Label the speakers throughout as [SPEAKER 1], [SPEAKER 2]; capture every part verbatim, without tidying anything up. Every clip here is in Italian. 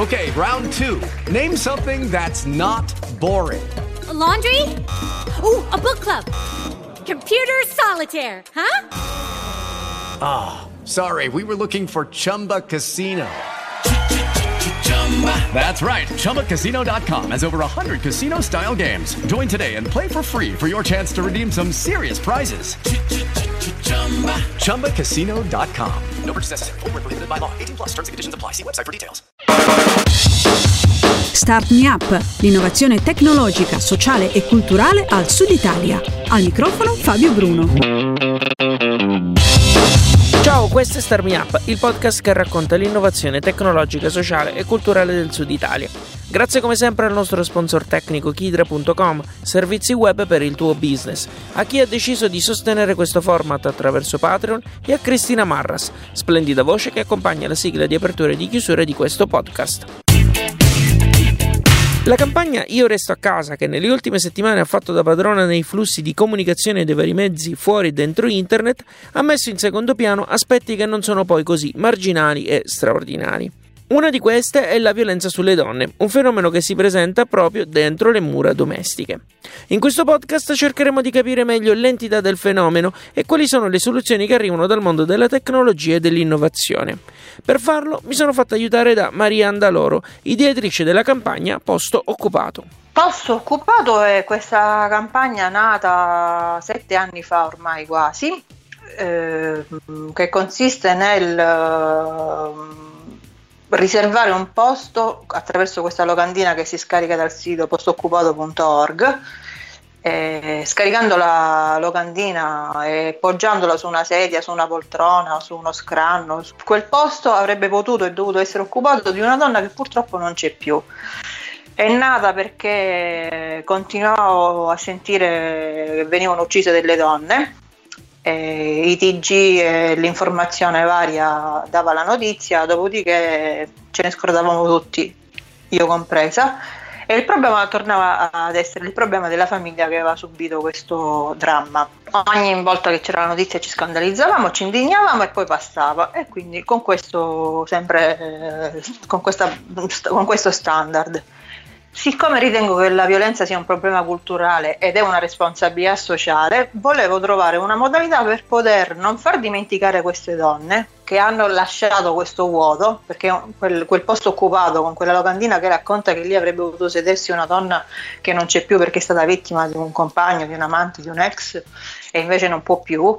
[SPEAKER 1] Okay, round two. Name something that's not boring.
[SPEAKER 2] A laundry? Ooh, a book club. Computer solitaire, huh?
[SPEAKER 1] Ah, oh, sorry, we were looking for Chumba Casino. That's right, Chumba Casino dot com has over one hundred casino-style games. Join today and play for free for your chance to redeem some serious prizes. Chumba Casino dot com. No purchase necessary. Void where prohibited by law. eighteen plus terms and conditions apply. See website for details.
[SPEAKER 3] Start Me Up, l'innovazione tecnologica, sociale e culturale al Sud Italia. Al microfono Fabio Bruno.
[SPEAKER 4] Ciao, questo è Start Me Up, il podcast che racconta l'innovazione tecnologica, sociale e culturale del Sud Italia. Grazie come sempre al nostro sponsor tecnico Kidra punto com, servizi web per il tuo business, a chi ha deciso di sostenere questo format attraverso Patreon e a Cristina Marras, splendida voce che accompagna la sigla di apertura e di chiusura di questo podcast. La campagna Io resto a casa, che nelle ultime settimane ha fatto da padrona nei flussi di comunicazione dei vari mezzi fuori e dentro internet, ha messo in secondo piano aspetti che non sono poi così marginali e straordinari. Una di queste è la violenza sulle donne, un fenomeno che si presenta proprio dentro le mura domestiche. In questo podcast cercheremo di capire meglio l'entità del fenomeno e quali sono le soluzioni che arrivano dal mondo della tecnologia e dell'innovazione. Per farlo mi sono fatta aiutare da Maria Andaloro, ideatrice della campagna Posto Occupato.
[SPEAKER 5] Posto Occupato è questa campagna nata sette anni fa ormai quasi, eh, che consiste nel eh, riservare un posto attraverso questa locandina che si scarica dal sito posto occupato punto org. Eh, scaricando la locandina e poggiandola su una sedia, su una poltrona, su uno scranno, quel posto avrebbe potuto e dovuto essere occupato di una donna che purtroppo non c'è più. È nata perché continuavo a sentire che venivano uccise delle donne, e i T G e l'informazione varia dava la notizia, dopodiché ce ne scordavamo tutti, io compresa. E il problema tornava ad essere il problema della famiglia che aveva subito questo dramma. Ogni volta che c'era la notizia ci scandalizzavamo, ci indignavamo e poi passava. E quindi con questo sempre eh, con, questa, con questo standard. Siccome ritengo che la violenza sia un problema culturale ed è una responsabilità sociale, volevo trovare una modalità per poter non far dimenticare queste donne che hanno lasciato questo vuoto, perché quel, quel posto occupato con quella locandina che racconta che lì avrebbe potuto sedersi una donna che non c'è più perché è stata vittima di un compagno, di un amante, di un ex e invece non può più,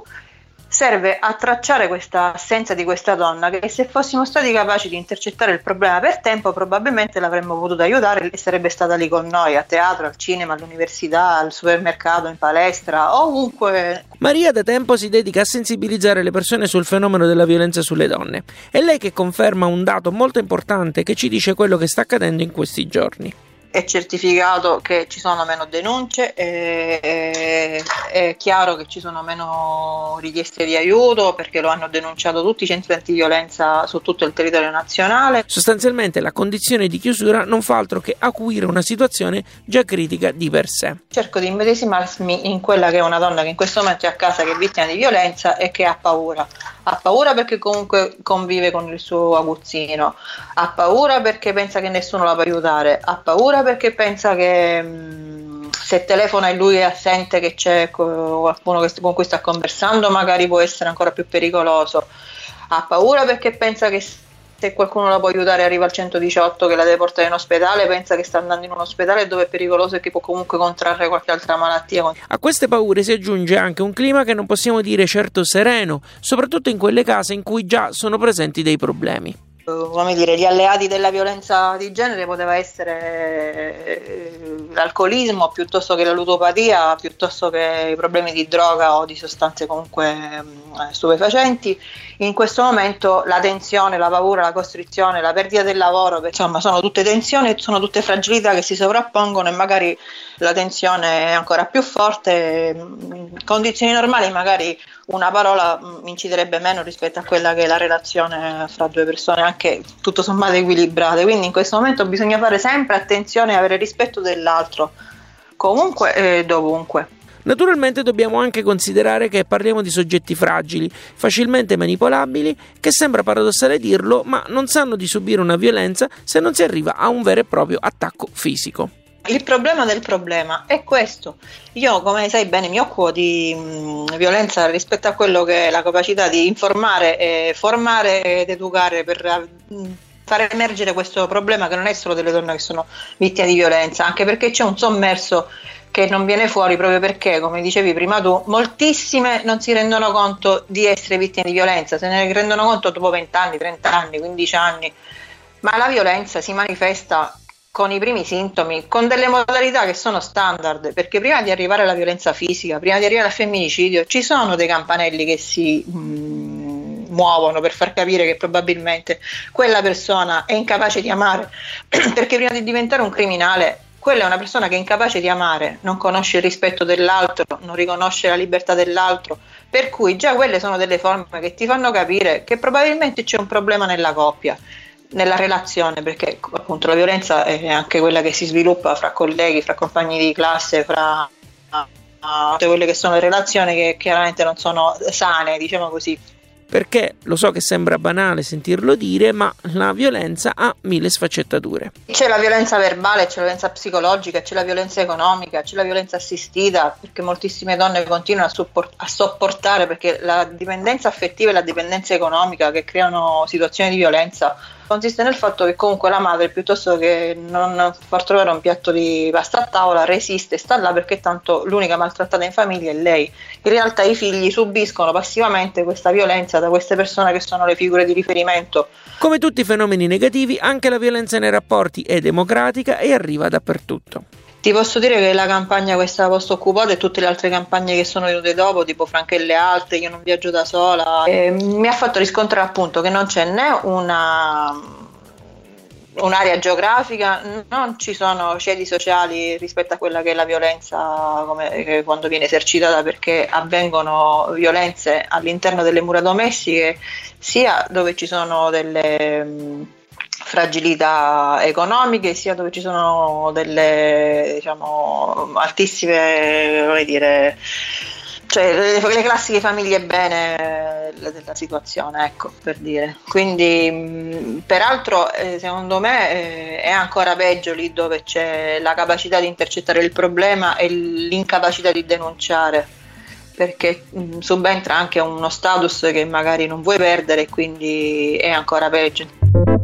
[SPEAKER 5] serve a tracciare questa assenza di questa donna che se fossimo stati capaci di intercettare il problema per tempo probabilmente l'avremmo potuto aiutare e sarebbe stata lì con noi a teatro, al cinema, all'università, al supermercato, in palestra, ovunque.
[SPEAKER 4] Maria da tempo si dedica a sensibilizzare le persone sul fenomeno della violenza sulle donne. È lei che conferma un dato molto importante che ci dice quello che sta accadendo in questi giorni.
[SPEAKER 5] È certificato che ci sono meno denunce, è, è, è chiaro che ci sono meno richieste di aiuto perché lo hanno denunciato tutti i centri antiviolenza su tutto il territorio nazionale.
[SPEAKER 4] Sostanzialmente la condizione di chiusura non fa altro che acuire una situazione già critica di per sé.
[SPEAKER 5] Cerco di immedesimarmi in quella che è una donna che in questo momento è a casa, che è vittima di violenza e che ha paura. Ha paura perché comunque convive con il suo aguzzino, ha paura perché pensa che nessuno la può aiutare, ha paura perché pensa che mh, se telefona e lui è assente, che c'è qualcuno che, con cui sta conversando, magari può essere ancora più pericoloso, ha paura perché pensa che se qualcuno la può aiutare arriva al centodiciotto che la deve portare in ospedale, pensa che sta andando in un ospedale dove è pericoloso e che può comunque contrarre qualche altra malattia.
[SPEAKER 4] A queste paure si aggiunge anche un clima che non possiamo dire certo sereno, soprattutto in quelle case in cui già sono presenti dei problemi.
[SPEAKER 5] Come dire, gli alleati della violenza di genere poteva essere l'alcolismo piuttosto che la ludopatia, piuttosto che i problemi di droga o di sostanze comunque stupefacenti. In questo momento la tensione, la paura, la costrizione, la perdita del lavoro, insomma sono tutte tensioni e sono tutte fragilità che si sovrappongono e magari la tensione è ancora più forte. In condizioni normali magari una parola inciderebbe meno rispetto a quella che è la relazione fra due persone, anche tutto sommato equilibrate, quindi in questo momento bisogna fare sempre attenzione e avere rispetto dell'altro, comunque e dovunque.
[SPEAKER 4] Naturalmente dobbiamo anche considerare che parliamo di soggetti fragili, facilmente manipolabili, che sembra paradossale dirlo, ma non sanno di subire una violenza se non si arriva a un vero e proprio attacco fisico.
[SPEAKER 5] Il problema del problema è questo. Io, come sai bene, mi occupo di mh, violenza rispetto a quello che è la capacità di informare, e formare ed educare per mh, far emergere questo problema, che non è solo delle donne che sono vittime di violenza, anche perché c'è un sommerso che non viene fuori proprio perché, come dicevi prima tu, moltissime non si rendono conto di essere vittime di violenza, se ne rendono conto dopo venti anni, trenta anni, quindici anni, ma la violenza si manifesta con i primi sintomi, con delle modalità che sono standard, perché prima di arrivare alla violenza fisica, prima di arrivare al femminicidio, ci sono dei campanelli che si mh, muovono per far capire che probabilmente quella persona è incapace di amare, perché prima di diventare un criminale, quella è una persona che è incapace di amare, non conosce il rispetto dell'altro, non riconosce la libertà dell'altro, per cui già quelle sono delle forme che ti fanno capire che probabilmente c'è un problema nella coppia, nella relazione, perché appunto la violenza è anche quella che si sviluppa fra colleghi, fra compagni di classe, fra tutte quelle che sono le relazioni che chiaramente non sono sane, diciamo così.
[SPEAKER 4] Perché lo so che sembra banale sentirlo dire, ma la violenza ha mille sfaccettature.
[SPEAKER 5] C'è la violenza verbale, c'è la violenza psicologica, c'è la violenza economica, c'è la violenza assistita, perché moltissime donne continuano a, support- a sopportare, perché la dipendenza affettiva e la dipendenza economica che creano situazioni di violenza consiste nel fatto che comunque la madre, piuttosto che non far trovare un piatto di pasta a tavola, resiste, sta là perché tanto l'unica maltrattata in famiglia è lei. In realtà i figli subiscono passivamente questa violenza da queste persone che sono le figure di riferimento.
[SPEAKER 4] Come tutti i fenomeni negativi, anche la violenza nei rapporti è democratica e arriva dappertutto.
[SPEAKER 5] Ti posso dire che la campagna questa posto occupato e tutte le altre campagne che sono venute dopo, tipo Franchelle Alte, Io non viaggio da sola, eh, mi ha fatto riscontrare appunto che non c'è né una un'area geografica, non ci sono ceti sociali rispetto a quella che è la violenza come, che quando viene esercitata, perché avvengono violenze all'interno delle mura domestiche, sia dove ci sono delle mh, fragilità economiche, sia dove ci sono delle, diciamo, altissime, come dire, cioè le, le classiche famiglie bene della situazione, ecco, per dire. Quindi mh, peraltro eh, secondo me eh, è ancora peggio lì dove c'è la capacità di intercettare il problema e l'incapacità di denunciare, perché mh, subentra anche uno status che magari non vuoi perdere e quindi è ancora peggio.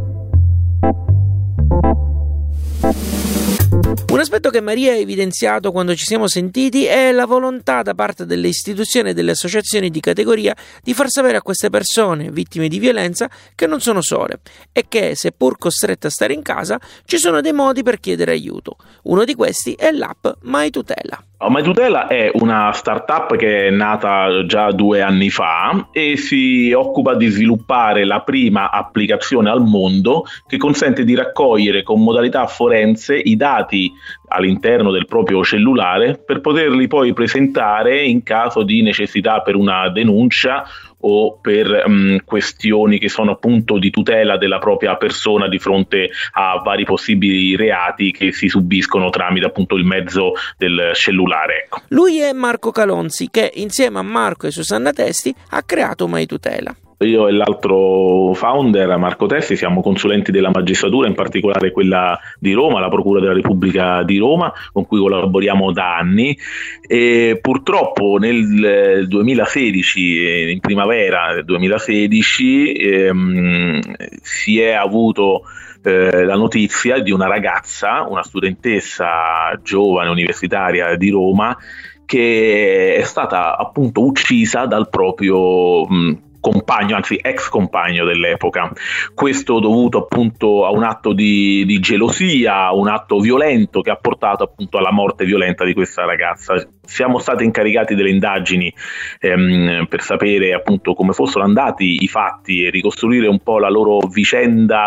[SPEAKER 4] Un aspetto che Maria ha evidenziato quando ci siamo sentiti è la volontà da parte delle istituzioni e delle associazioni di categoria di far sapere a queste persone vittime di violenza che non sono sole e che, seppur costrette a stare in casa, ci sono dei modi per chiedere aiuto. Uno di questi è l'app MyTutela.
[SPEAKER 6] MyTutela è una startup che è nata già due anni fa e si occupa di sviluppare la prima applicazione al mondo che consente di raccogliere con modalità forense i dati all'interno del proprio cellulare per poterli poi presentare in caso di necessità per una denuncia o per um, questioni che sono appunto di tutela della propria persona di fronte a vari possibili reati che si subiscono tramite appunto il mezzo del cellulare. Ecco.
[SPEAKER 4] Lui è Marco Calonzi, che insieme a Marco e Susanna Testi ha creato MyTutela.
[SPEAKER 6] Io e l'altro founder, Marco Testi, siamo consulenti della magistratura, in particolare quella di Roma, la Procura della Repubblica di Roma, con cui collaboriamo da anni. E purtroppo nel duemilasedici, in primavera del duemilasedici, ehm, si è avuto eh, la notizia di una ragazza, una studentessa giovane universitaria di Roma, che è stata appunto uccisa dal proprio mh, compagno, anzi ex compagno dell'epoca. Questo dovuto appunto a un atto di, di gelosia, un atto violento che ha portato appunto alla morte violenta di questa ragazza. Siamo stati incaricati delle indagini ehm, per sapere appunto come fossero andati i fatti e ricostruire un po' la loro vicenda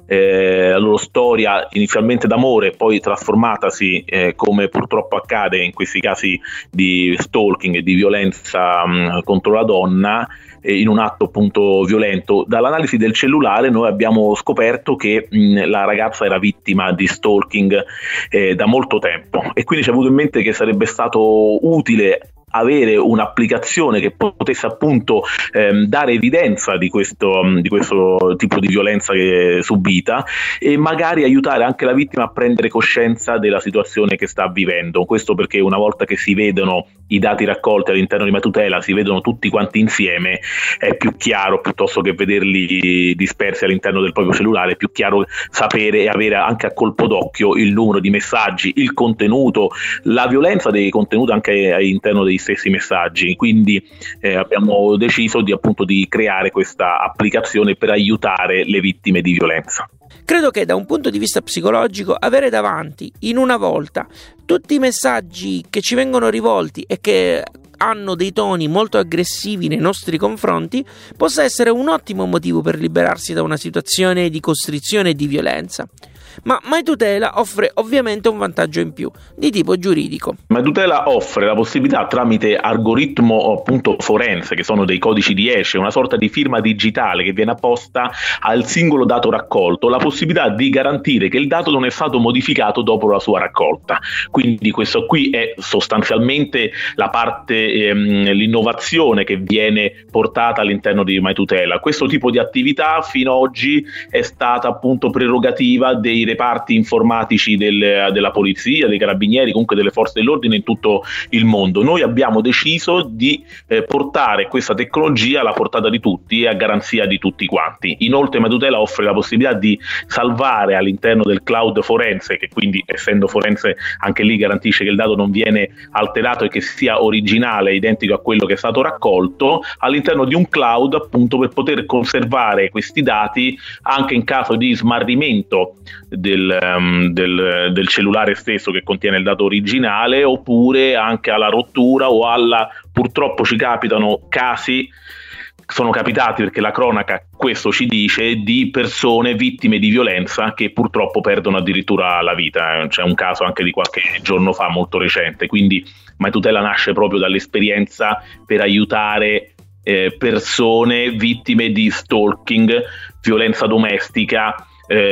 [SPEAKER 6] eh, la loro storia inizialmente d'amore, poi trasformatasi, eh, come purtroppo accade in questi casi di stalking e di violenza mh, contro la donna, eh, in un atto appunto violento. Dall'analisi del cellulare noi abbiamo scoperto che mh, la ragazza era vittima di stalking eh, da molto tempo, e quindi ci è avuto in mente che sarebbe stato utile avere un'applicazione che potesse appunto ehm, dare evidenza di questo, di questo tipo di violenza che è subita, e magari aiutare anche la vittima a prendere coscienza della situazione che sta vivendo. Questo perché una volta che si vedono i dati raccolti all'interno di MyTutela, si vedono tutti quanti insieme, è più chiaro, piuttosto che vederli dispersi all'interno del proprio cellulare, è più chiaro sapere e avere anche a colpo d'occhio il numero di messaggi, il contenuto, la violenza dei contenuti anche all'interno dei stessi messaggi. Quindi eh, abbiamo deciso di appunto di creare questa applicazione per aiutare le vittime di violenza.
[SPEAKER 4] Credo che da un punto di vista psicologico avere davanti in una volta tutti i messaggi che ci vengono rivolti e che hanno dei toni molto aggressivi nei nostri confronti possa essere un ottimo motivo per liberarsi da una situazione di costrizione e di violenza. Ma MyTutela offre ovviamente un vantaggio in più, di tipo giuridico.
[SPEAKER 6] MyTutela offre la possibilità, tramite algoritmo appunto forense, che sono dei codici di hash, una sorta di firma digitale che viene apposta al singolo dato raccolto, la possibilità di garantire che il dato non è stato modificato dopo la sua raccolta. Quindi questo qui è sostanzialmente la parte, ehm, l'innovazione che viene portata all'interno di MyTutela. Questo tipo di attività fino ad oggi è stata appunto prerogativa dei reparti informatici del, della polizia, dei carabinieri, comunque delle forze dell'ordine in tutto il mondo. Noi abbiamo deciso di eh, portare questa tecnologia alla portata di tutti e a garanzia di tutti quanti. Inoltre MyTutela offre la possibilità di salvare all'interno del cloud forense, che quindi, essendo forense, anche lì garantisce che il dato non viene alterato e che sia originale, identico a quello che è stato raccolto, all'interno di un cloud appunto per poter conservare questi dati anche in caso di smarrimento Del, um, del, del cellulare stesso che contiene il dato originale, oppure anche alla rottura o alla, purtroppo ci capitano casi, sono capitati perché la cronaca questo ci dice, di persone vittime di violenza che purtroppo perdono addirittura la vita. C'è un caso anche di qualche giorno fa molto recente. Quindi MyTutela nasce proprio dall'esperienza per aiutare eh, persone vittime di stalking, violenza domestica,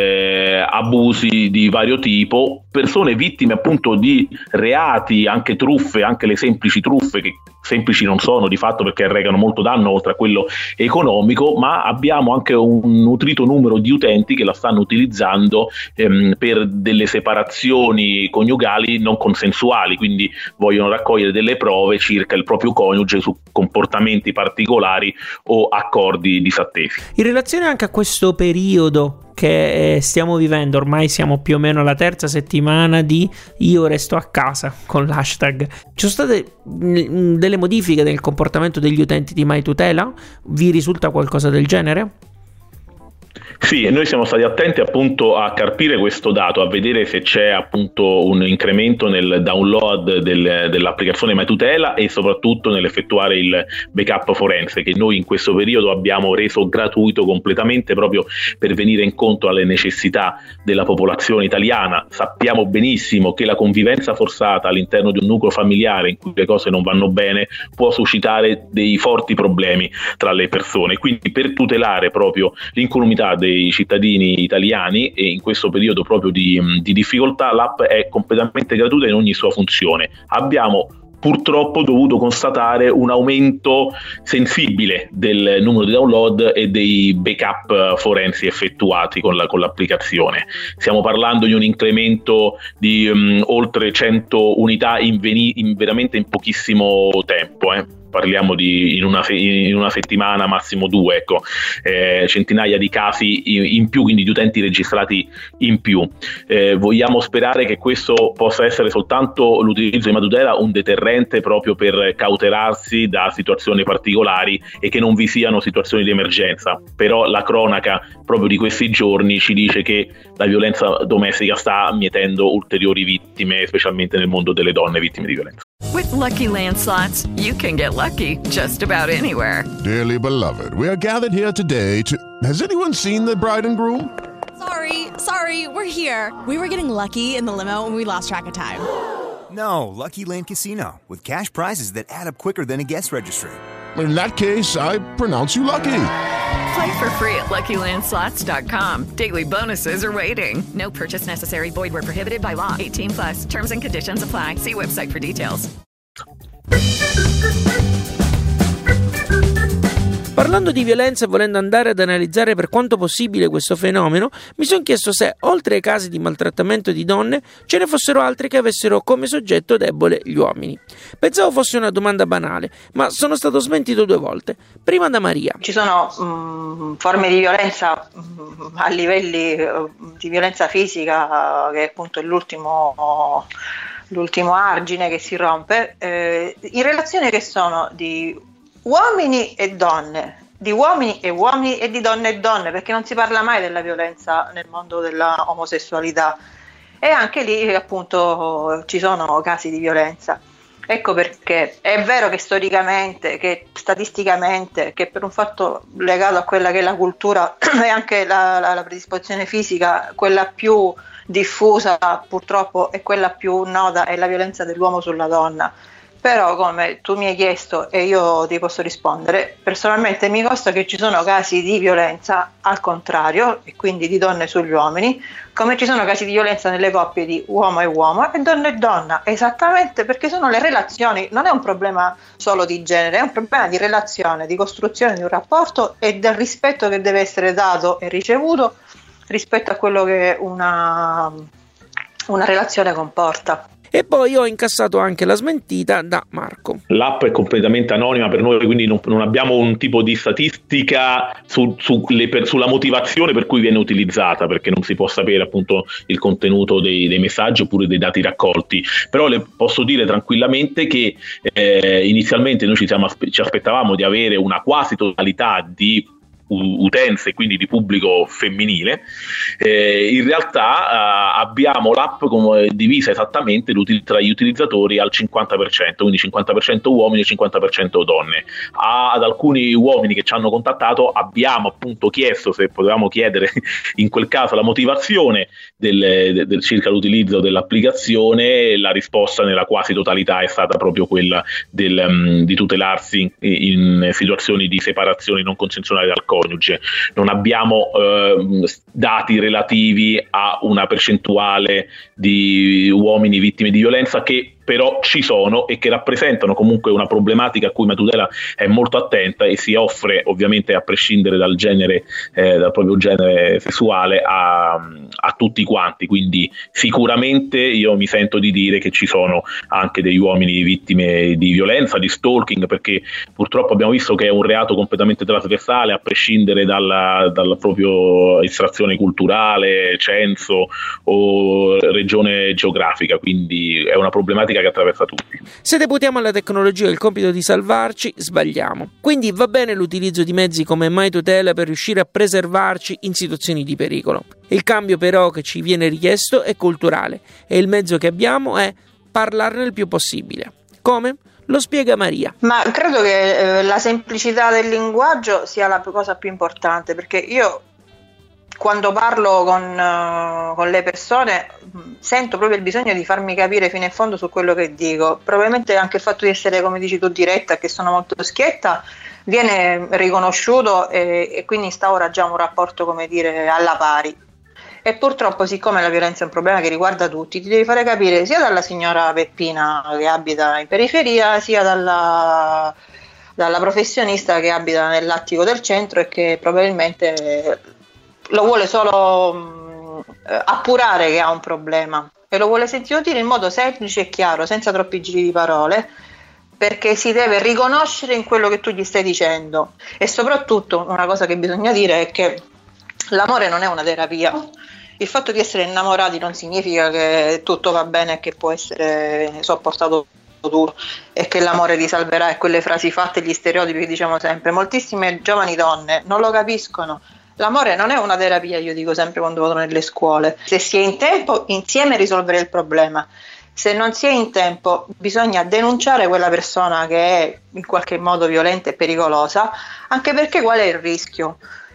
[SPEAKER 6] Eh, abusi di vario tipo, persone vittime appunto di reati, anche truffe, anche le semplici truffe, che semplici non sono di fatto perché arrecano molto danno oltre a quello economico, ma abbiamo anche un nutrito numero di utenti che la stanno utilizzando ehm, per delle separazioni coniugali non consensuali, quindi vogliono raccogliere delle prove circa il proprio coniuge su comportamenti particolari o accordi disattesi.
[SPEAKER 4] In relazione anche a questo periodo che stiamo vivendo, ormai siamo più o meno alla terza settimana di io resto a casa con l'hashtag, ci sono state delle modifiche nel comportamento degli utenti di MyTutela? Vi risulta qualcosa del genere?
[SPEAKER 6] Sì, noi siamo stati attenti appunto a carpire questo dato, a vedere se c'è appunto un incremento nel download del, dell'applicazione MyTutela e soprattutto nell'effettuare il backup forense, che noi in questo periodo abbiamo reso gratuito completamente proprio per venire incontro alle necessità della popolazione italiana. Sappiamo benissimo che la convivenza forzata all'interno di un nucleo familiare in cui le cose non vanno bene può suscitare dei forti problemi tra le persone, quindi per tutelare proprio l'incolumità dei cittadini italiani e in questo periodo proprio di, di difficoltà, l'app è completamente gratuita in ogni sua funzione. Abbiamo purtroppo dovuto constatare un aumento sensibile del numero di download e dei backup forensi effettuati con, la, con l'applicazione. Stiamo parlando di un incremento di um, oltre cento unità in, veni- in veramente in pochissimo tempo, eh. Parliamo di in una, in una settimana, massimo due, ecco, eh, centinaia di casi in, in più, quindi di utenti registrati in più. Eh, vogliamo sperare che questo possa essere soltanto l'utilizzo di MyTutela un deterrente proprio per cautelarsi da situazioni particolari e che non vi siano situazioni di emergenza. Però la cronaca proprio di questi giorni ci dice che la violenza domestica sta mietendo ulteriori vittime, specialmente nel mondo delle donne vittime di violenza.
[SPEAKER 7] With Lucky Land Slots, you can get lucky just about anywhere.
[SPEAKER 8] Dearly beloved, we are gathered here today to... Has anyone seen the bride and groom? Sorry, sorry, we're here. We were getting lucky in the limo and we lost track of time.
[SPEAKER 9] No, Lucky Land Casino, with cash prizes that add up quicker than a guest registry.
[SPEAKER 10] In that case, I pronounce you lucky.
[SPEAKER 7] Play for free at lucky land slots dot com. Daily bonuses are waiting. No purchase necessary. Void where prohibited by law. eighteen plus. Terms and conditions apply. See website for details.
[SPEAKER 4] Parlando di violenza e volendo andare ad analizzare per quanto possibile questo fenomeno, mi sono chiesto se, oltre ai casi di maltrattamento di donne, ce ne fossero altri che avessero come soggetto debole gli uomini. Pensavo fosse una domanda banale, ma sono stato smentito due volte. Prima da Maria.
[SPEAKER 5] Ci sono mh, forme di violenza mh, a livelli uh, di violenza fisica, uh, che è appunto l'ultimo, l'ultimo argine che si rompe, eh, in relazioni che sono di uomini e donne, di uomini e uomini e di donne e donne, perché non si parla mai della violenza nel mondo della omosessualità, e anche lì appunto ci sono casi di violenza. Ecco perché è vero che storicamente, che statisticamente, che per un fatto legato a quella che è la cultura e anche la, la, la predisposizione fisica, quella più diffusa purtroppo e quella più nota è la violenza dell'uomo sulla donna. Però, come tu mi hai chiesto e io ti posso rispondere, personalmente mi consta che ci sono casi di violenza al contrario, e quindi di donne sugli uomini, come ci sono casi di violenza nelle coppie di uomo e uomo e donna e donna, esattamente perché sono le relazioni, non è un problema solo di genere, è un problema di relazione, di costruzione di un rapporto e del rispetto che deve essere dato e ricevuto rispetto a quello che una, una relazione comporta.
[SPEAKER 4] E poi ho incassato anche la smentita da Marco.
[SPEAKER 6] L'app è completamente anonima per noi, quindi non, non abbiamo un tipo di statistica su, su le per, sulla motivazione per cui viene utilizzata, perché non si può sapere appunto il contenuto dei, dei messaggi oppure dei dati raccolti. Però le posso dire tranquillamente che eh, inizialmente noi ci, siamo, ci aspettavamo di avere una quasi totalità di utenze, quindi di pubblico femminile. Eh, in realtà eh, abbiamo l'app come divisa esattamente tra gli utilizzatori al cinquanta per cento, quindi cinquanta per cento uomini e cinquanta per cento donne. A, ad alcuni uomini che ci hanno contattato abbiamo appunto chiesto se potevamo chiedere in quel caso la motivazione del, del, del circa l'utilizzo dell'applicazione. La risposta nella quasi totalità è stata proprio quella del, um, di tutelarsi in, in situazioni di separazione non consensuale dal coniuge. Non abbiamo eh, dati relativi a una percentuale di uomini vittime di violenza che però ci sono e che rappresentano comunque una problematica a cui Matutela è molto attenta e si offre ovviamente a prescindere dal genere, eh, dal proprio genere sessuale a, a tutti quanti. Quindi sicuramente io mi sento di dire che ci sono anche degli uomini vittime di violenza, di stalking, perché purtroppo abbiamo visto che è un reato completamente trasversale a prescindere dalla, dalla proprio estrazione culturale, censo o regione geografica, quindi è una problematica che attraversa tutti.
[SPEAKER 4] Se deputiamo alla tecnologia il compito di salvarci, sbagliamo. Quindi va bene l'utilizzo di mezzi come MyTutela per riuscire a preservarci in situazioni di pericolo. Il cambio però che ci viene richiesto è culturale e il mezzo che abbiamo è parlarne il più possibile. Come? Lo spiega Maria.
[SPEAKER 5] Ma credo che eh, la semplicità del linguaggio sia la cosa più importante, perché io quando parlo con, uh, con le persone sento proprio il bisogno di farmi capire fino in fondo su quello che dico. Probabilmente anche il fatto di essere, come dici tu, diretta, che sono molto schietta, viene riconosciuto e, e quindi instaura già un rapporto, come dire, alla pari. E purtroppo, siccome la violenza è un problema che riguarda tutti, ti devi fare capire sia dalla signora Peppina che abita in periferia, sia dalla, dalla professionista che abita nell'attico del centro e che probabilmente lo vuole solo mh, appurare che ha un problema e lo vuole sentire dire in modo semplice e chiaro, senza troppi giri di parole, perché si deve riconoscere in quello che tu gli stai dicendo. E soprattutto una cosa che bisogna dire è che l'amore non è una terapia. Il fatto di essere innamorati non significa che tutto va bene e che può essere sopportato duro e che l'amore ti salverà, e quelle frasi fatte, gli stereotipi che diciamo sempre. Moltissime giovani donne non lo capiscono. L'amore non è una terapia, io dico sempre quando vado nelle scuole. Se si è in tempo, insieme risolvere il problema. Se non si è in tempo, bisogna denunciare quella persona che è in qualche modo violenta e pericolosa, anche perché qual è il rischio?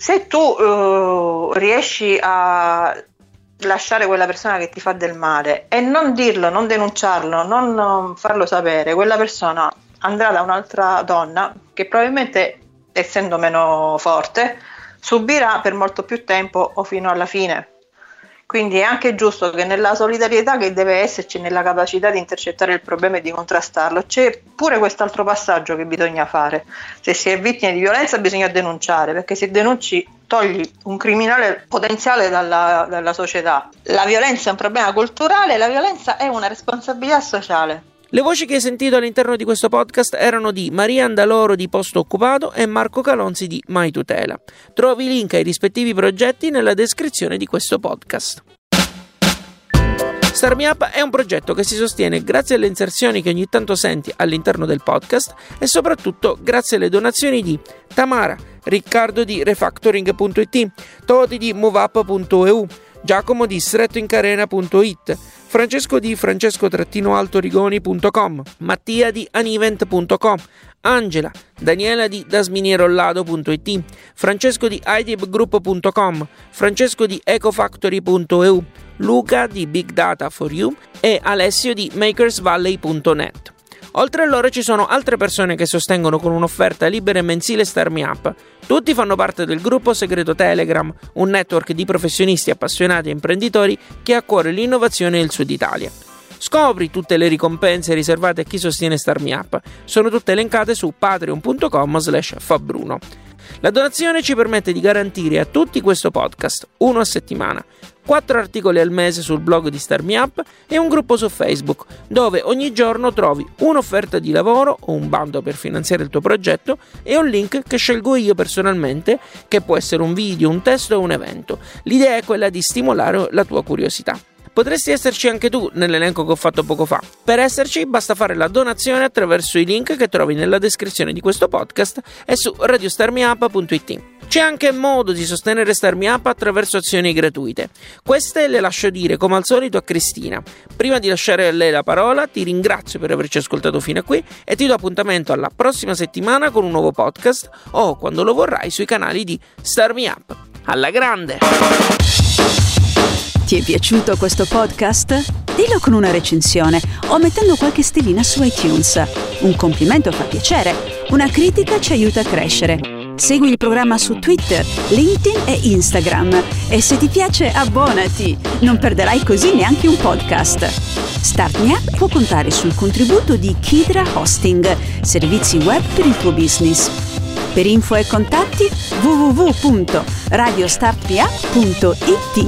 [SPEAKER 5] Se tu uh, riesci a lasciare quella persona che ti fa del male e non dirlo, non denunciarlo, non farlo sapere, quella persona andrà da un'altra donna che probabilmente, essendo meno forte, subirà per molto più tempo o fino alla fine. Quindi è anche giusto che nella solidarietà che deve esserci, nella capacità di intercettare il problema e di contrastarlo, c'è pure quest'altro passaggio che bisogna fare. Se si è vittime di violenza bisogna denunciare, perché se denunci togli un criminale potenziale dalla, dalla società. La violenza è un problema culturale, la violenza è una responsabilità sociale.
[SPEAKER 4] Le voci che hai sentito all'interno di questo podcast erano di Maria Andaloro di Posto Occupato e Marco Calonzi di Mai Tutela. Trovi i link ai rispettivi progetti nella descrizione di questo podcast. Start Me Up è un progetto che si sostiene grazie alle inserzioni che ogni tanto senti all'interno del podcast e soprattutto grazie alle donazioni di Tamara, Riccardo di refactoring punto it, Toti di moveup punto e u, Giacomo di strettoincarena punto it, Francesco di francesco-altorigoni punto com, Mattia di anivent punto com, Angela, Daniela di dasminierolado punto it, Francesco di idibgroup punto com, Francesco di ecofactory punto e u, Luca di Big Data for You e Alessio di makersvalley punto net. Oltre a loro ci sono altre persone che sostengono con un'offerta libera e mensile Start Me Up. Tutti fanno parte del gruppo segreto Telegram, un network di professionisti appassionati e imprenditori che ha a cuore l'innovazione e il Sud Italia. Scopri tutte le ricompense riservate a chi sostiene Start Me Up. Sono tutte elencate su patreon punto com slash fabbruno. La donazione ci permette di garantire a tutti questo podcast, uno a settimana, quattro articoli al mese sul blog di Start Me Up e un gruppo su Facebook, dove ogni giorno trovi un'offerta di lavoro o un bando per finanziare il tuo progetto e un link che scelgo io personalmente, che può essere un video, un testo o un evento. L'idea è quella di stimolare la tua curiosità. Potresti esserci anche tu nell'elenco che ho fatto poco fa. Per esserci basta fare la donazione attraverso i link che trovi nella descrizione di questo podcast e su radio star me up punto it. C'è anche modo di sostenere Start Me Up attraverso azioni gratuite. Queste le lascio dire come al solito a Cristina. Prima di lasciare a lei la parola ti ringrazio per averci ascoltato fino a qui e ti do appuntamento alla prossima settimana con un nuovo podcast o quando lo vorrai sui canali di Start Me Up. Alla grande!
[SPEAKER 3] Ti è piaciuto questo podcast? Dillo con una recensione o mettendo qualche stellina su iTunes. Un complimento fa piacere, una critica ci aiuta a crescere. Segui il programma su Twitter, LinkedIn e Instagram e se ti piace abbonati, non perderai così neanche un podcast. Start Me Up può contare sul contributo di Kidra Hosting, servizi web per il tuo business. Per info e contatti w w w punto radio start me up punto it.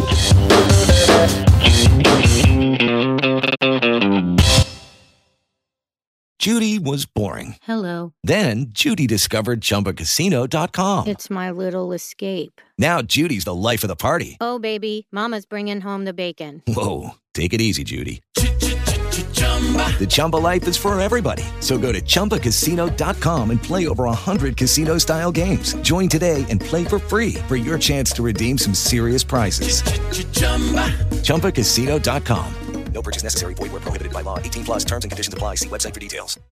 [SPEAKER 11] Judy was boring.
[SPEAKER 12] Hello.
[SPEAKER 11] Then Judy discovered chumba casino dot com.
[SPEAKER 12] It's my little escape.
[SPEAKER 11] Now Judy's the life of the party.
[SPEAKER 12] Oh, baby, mama's bringing home the bacon.
[SPEAKER 11] Whoa, take it easy, Judy. The Chumba life is for everybody. So go to chumba casino dot com and play over one hundred casino-style games. Join today and play for free for your chance to redeem some serious prizes. chumba casino dot com.
[SPEAKER 13] No purchase necessary. Void where prohibited by law. eighteen plus terms and conditions apply. See website for details.